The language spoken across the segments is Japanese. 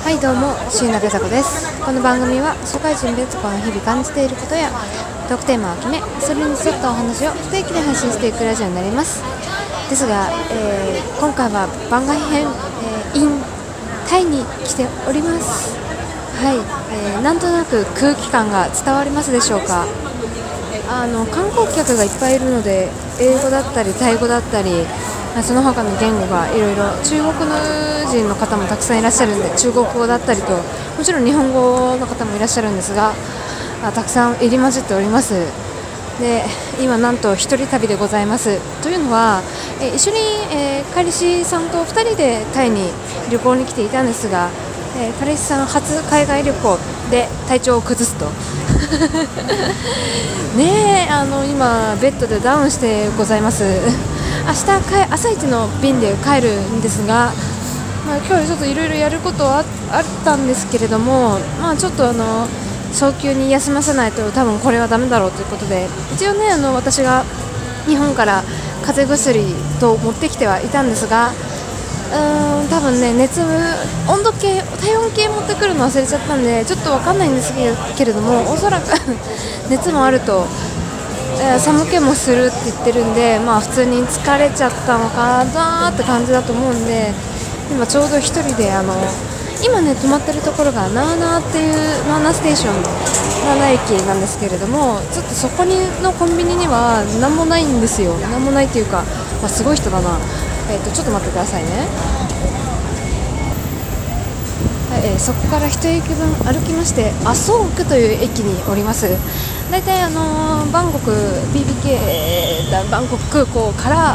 はいどうも、椎名ペタ子です。この番組は社会人別子の日々感じていることやトークテーマを決め、それに沿ったお話を不定期で配信していくラジオになります。ですが、今回は番外編、in タイに来ております。はい、なんとなく空気感が伝わりますでしょうか。観光客がいっぱいいるので、英語だったりタイ語だったりその他の言語がいろいろ、中国人の方もたくさんいらっしゃるんで、中国語だったりと、もちろん日本語の方もいらっしゃるんですが、たくさん入り混じっております。で、今なんと一人旅でございます。というのは、一緒に、彼氏さんと2人でタイに旅行に来ていたんですが、彼氏さん初海外旅行で体調を崩すとねえ、今ベッドでダウンしてございます。明日朝一の便で帰るんですが、今日ちょっといろいろやることはあったんですけれども、ちょっと早急に休ませないと多分これはダメだろうということで、一応ね、私が日本から風邪薬と持ってきてはいたんですが、多分ね、温度計、体温計持ってくるの忘れちゃったんでちょっと分かんないんですけれども、おそらく熱もあると、寒気もするって言ってるんで、普通に疲れちゃったのかなって感じだと思うんで、今ちょうど一人で今ね泊まってるところがナーナーっていうナーナーステーション、ナーナー駅なんですけれども、ちょっとそこのコンビニには何もないんですよ。何もないっていうか、すごい人だな。ちょっと待ってくださいね。はい、そこから一駅分歩きましてアソークという駅におります。だいたいバンコク BBK バンコク空港から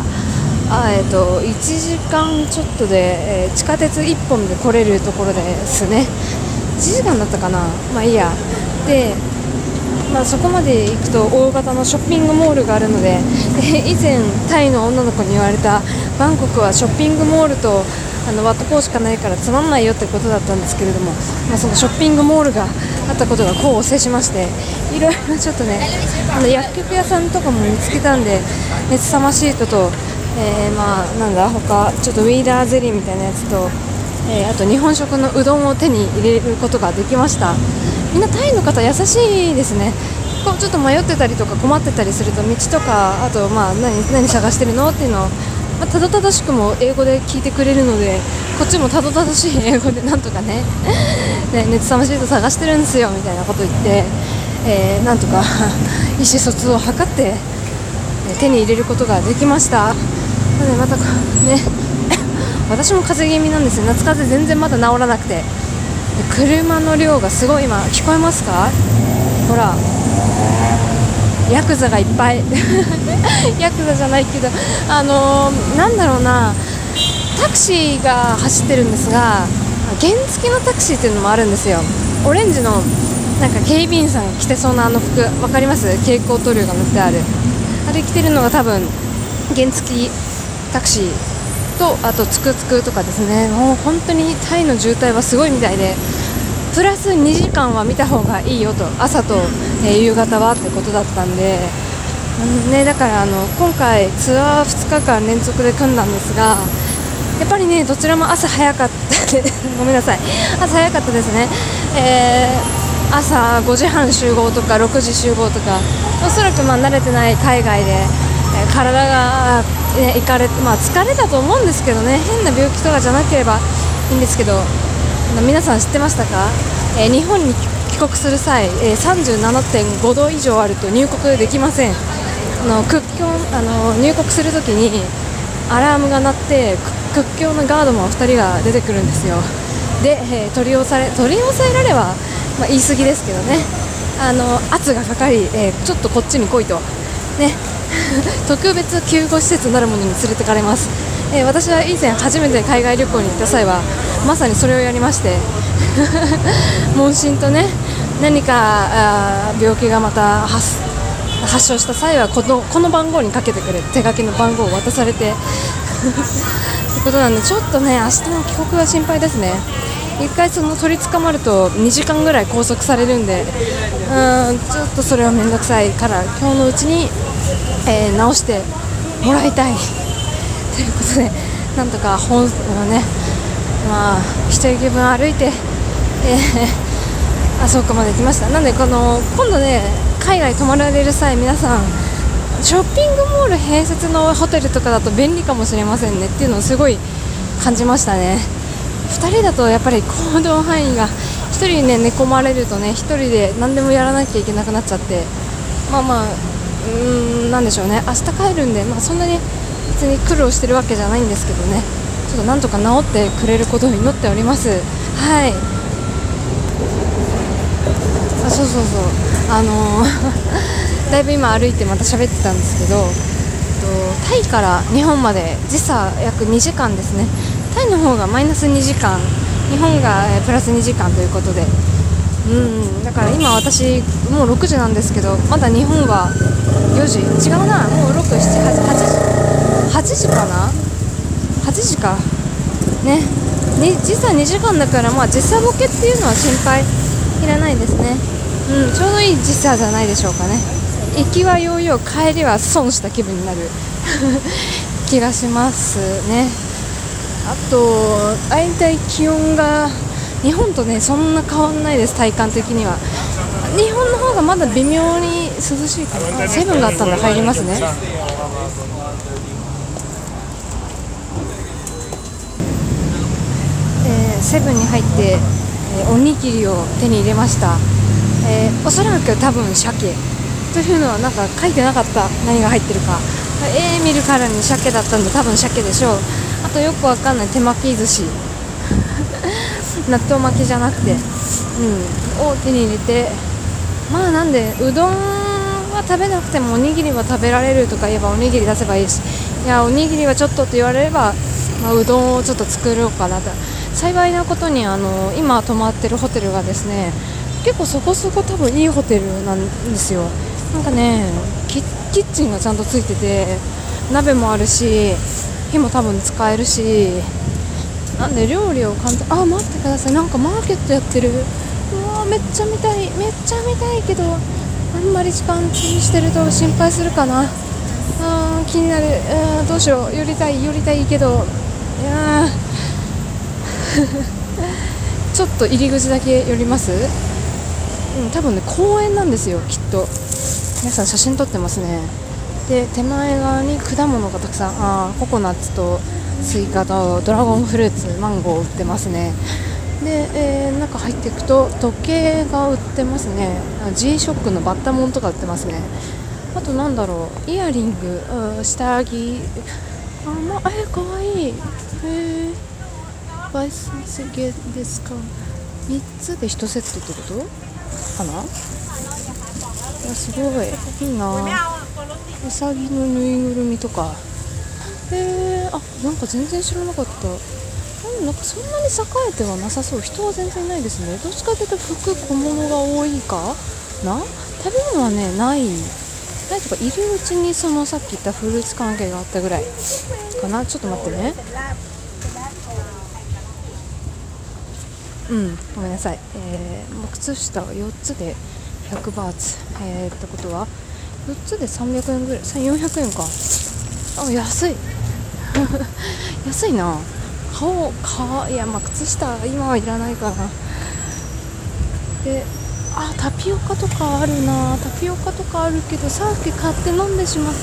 1時間ちょっとで、地下鉄1本で来れるところですね。1時間だったかな、いいや。で、そこまで行くと大型のショッピングモールがあるので、以前タイの女の子に言われた、バンコクはショッピングモールとワットポーしかないからつまんないよってことだったんですけれども、そのショッピングモールがあったことが功を制しまして、いろいろちょっとね、薬局屋さんとかも見つけたんで、熱さまシートと、他ちょっとウィーダーゼリーみたいなやつと、あと日本食のうどんを手に入れることができました。みんなタイの方優しいですね。ちょっと迷ってたりとか困ってたりすると、道とか、あと何探してるのっていうのを、たどたどしくも英語で聞いてくれるので、こっちもたどたどしい英語でなんとかね熱さまシート探してるんですよみたいなこと言って、なんとか意思疎通を図って手に入れることができました。なのでまたね私も風邪気味なんですよ。夏風邪全然まだ治らなくて、車の量がすごい。今聞こえますか？ほら、ヤクザがいっぱいヤクザじゃないけど、なんだろうな、タクシーが走ってるんですが、原付のタクシーっていうのもあるんですよ。オレンジのなんか警備員さんが着てそうな服、わかります？蛍光塗料が塗ってある、あれ着てるのが多分原付タクシーと、あとツクツクとかですね。もう本当にタイの渋滞はすごいみたいで、プラス2時間は見た方がいいよと、朝と、夕方はってことだったんで、だから今回ツアー2日間連続で組んだんですが、やっぱりね、どちらも朝早かったでごめんなさい、朝早かったですね。朝5時半集合とか6時集合とか、おそらく慣れてない海外で、体が、いかれ、疲れたと思うんですけどね、変な病気とかじゃなければいいんですけど、皆さん知ってましたか？日本に帰国する際、37.5 度以上あると入国できません。入国するときにアラームが鳴って、屈強なガードマン2人が出てくるんですよ。で、取り押さえられは、言い過ぎですけどね、圧がかかり、ちょっとこっちに来いとね特別救護施設なるものに連れてかれます。私は以前初めて海外旅行に行った際はまさにそれをやりまして問診とね、何か病気がまた発症した際はこの番号にかけてくれ、手書きの番号を渡されてということなんで、ちょっとね、明日の帰国が心配ですね。一回取り捕まると2時間ぐらい拘束されるんで、ちょっとそれはめんどくさいから、今日のうちに、直してもらいたいということで、なんとか一駅分歩いてあそこまで来ました。なんで今度ね海外泊まられる際、皆さんショッピングモール併設のホテルとかだと便利かもしれませんねっていうのをすごい感じましたね。2人だとやっぱり行動範囲が、1人ね寝込まれるとね、1人で何でもやらなきゃいけなくなっちゃって、なんでしょうね、明日帰るんで、そんなに別に苦労してるわけじゃないんですけどね、ちょっとなんとか治ってくれることを祈っております。はい。そうだいぶ今歩いてまた喋ってたんですけど、タイから日本まで時差約2時間ですね。タイの方がマイナス2時間、日本がプラス2時間ということで、だから今私もう6時なんですけど、まだ日本は4時、違うな、もう6、7、8時かな、8時かね。時差2時間だから、時差ボケっていうのは心配いらないですね。ちょうどいい時差じゃないでしょうかね。行きはヨーヨー、帰りは損した気分になる気がしますね。あと大体気温が日本とねそんな変わんないです。体感的には日本の方がまだ微妙に涼しいかな。セブンがあったんで入りますね。セブンに入って、おにぎりを手に入れました。おそらく多分鮭というのはなんか書いてなかった、何が入ってるか。見るからに鮭だったんで多分鮭でしょう。あとよくわかんない手巻き寿司納豆巻きじゃなくて、を手に入れて、なんでうどんは食べなくてもおにぎりは食べられるとか言えばおにぎり出せばいいし、いやおにぎりはちょっとと言われれば、うどんをちょっと作ろうかなと。幸いなことに今泊まってるホテルがですね、結構そこそこ多分いいホテルなんですよ。なんかねキッチンがちゃんとついてて、鍋もあるし火も多分使えるし、なんで料理を簡単。待ってください、なんかマーケットやってる。めっちゃ見たいけど、あんまり時間潰してると心配するかな。気になる。どうしよう。寄りたいけど、ちょっと入り口だけ寄ります。多分ね公園なんですよきっと。皆さん写真撮ってますね。で手前側に果物がたくさん、ココナッツとスイカとドラゴンフルーツ、マンゴー売ってますね。で、中入っていくと時計が売ってますね。G-SHOCK のバッタモンとか売ってますね。あとなんだろう、イヤリング、下着、かわいい。バイスゲですか。3つで1セットってことかな。すごいいいな。うさぎのぬいぐるみとか、なんか全然知らなかった。なんかそんなに栄えてはなさそう。人は全然いないですね。どっちかというと服小物が多いかな。食べ物はねないとか、入り口にそのさっき言ったフルーツ関係があったぐらいかな。ちょっと待ってね。ごめんなさい。靴下は4つで100バーツ、ってことは4つで300円ぐらい、400円か。安い安いな。いや靴下今はいらないかな。でタピオカとかあるな。タピオカとかあるけどさっき買って飲んでしまった。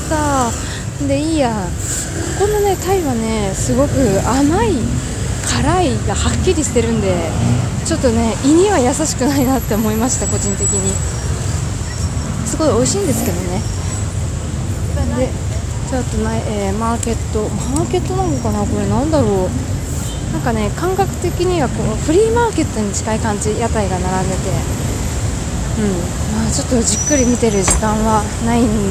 でいいや。このねタイはねすごく甘い辛いがはっきりしてるんで、ちょっとね胃には優しくないなって思いました。個人的にすごい美味しいんですけどね。でちょっとマーケットなのかな。これなんだろう。なんかね感覚的にはこうフリーマーケットに近い感じ。屋台が並んでて、ちょっとじっくり見てる時間はないんで、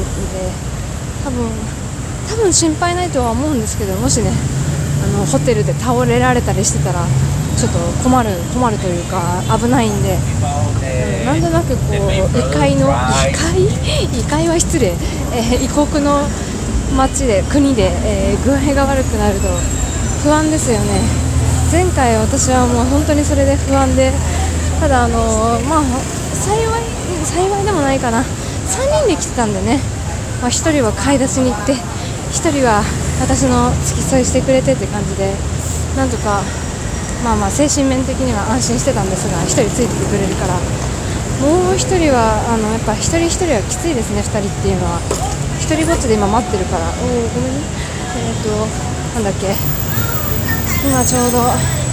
多分心配ないとは思うんですけど、もしねホテルで倒れられたりしてたらちょっと困るというか危ないんで、なんとなくこう異界は失礼、異国の街で国で、具合が悪くなると不安ですよね。前回私はもう本当にそれで不安で、ただ幸いでもないかな。3人で来てたんでね、1人は買い出しに行って1人は私の付き添いしてくれてって感じで、なんとか精神面的には安心してたんですが、1人ついててくれるから。もう1人はやっぱ1人1人はきついですね。2人っていうのは1人ぼっちで今待ってるから。ごめんね。なんだっけ、今ちょうど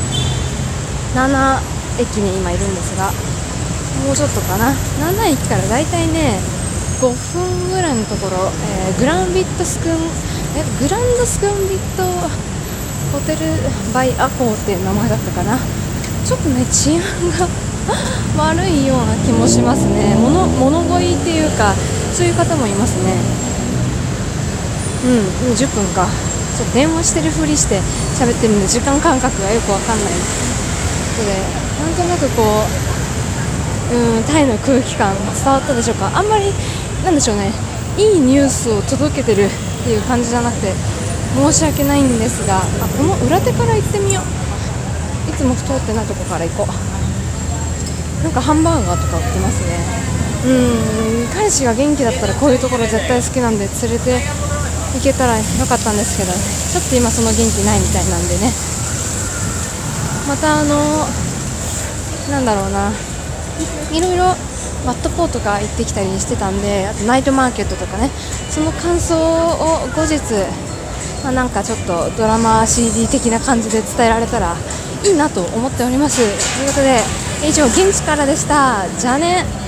7駅に今いるんですが、もうちょっとかな。7駅からだいたいね5分ぐらいのところ、グランドスクンビットホテルバイアコーっていう名前だったかな。ちょっとね治安が悪いような気もしますね。物乞いっていうか、そういう方もいますね。10分か。ちょっと電話してるふりして喋ってるんで、時間感覚がよくわかんないので、なんとなくこうタイの空気感伝わったでしょうか。あんまりなんでしょうね、いいニュースを届けてるっていう感じじゃなくて申し訳ないんですが、この裏手から行ってみよう。いつも通ってないとこから行こう。なんかハンバーガーとか売ってますね。彼氏が元気だったらこういうところ絶対好きなんで連れて行けたらよかったんですけど、ちょっと今その元気ないみたいなんでね。またなんだろうな、いろいろワットポーとか行ってきたりしてたんで、あとナイトマーケットとかね、その感想を後日、なんかちょっとドラマ CD 的な感じで伝えられたらいいなと思っております。ということで以上現地からでした。じゃあね。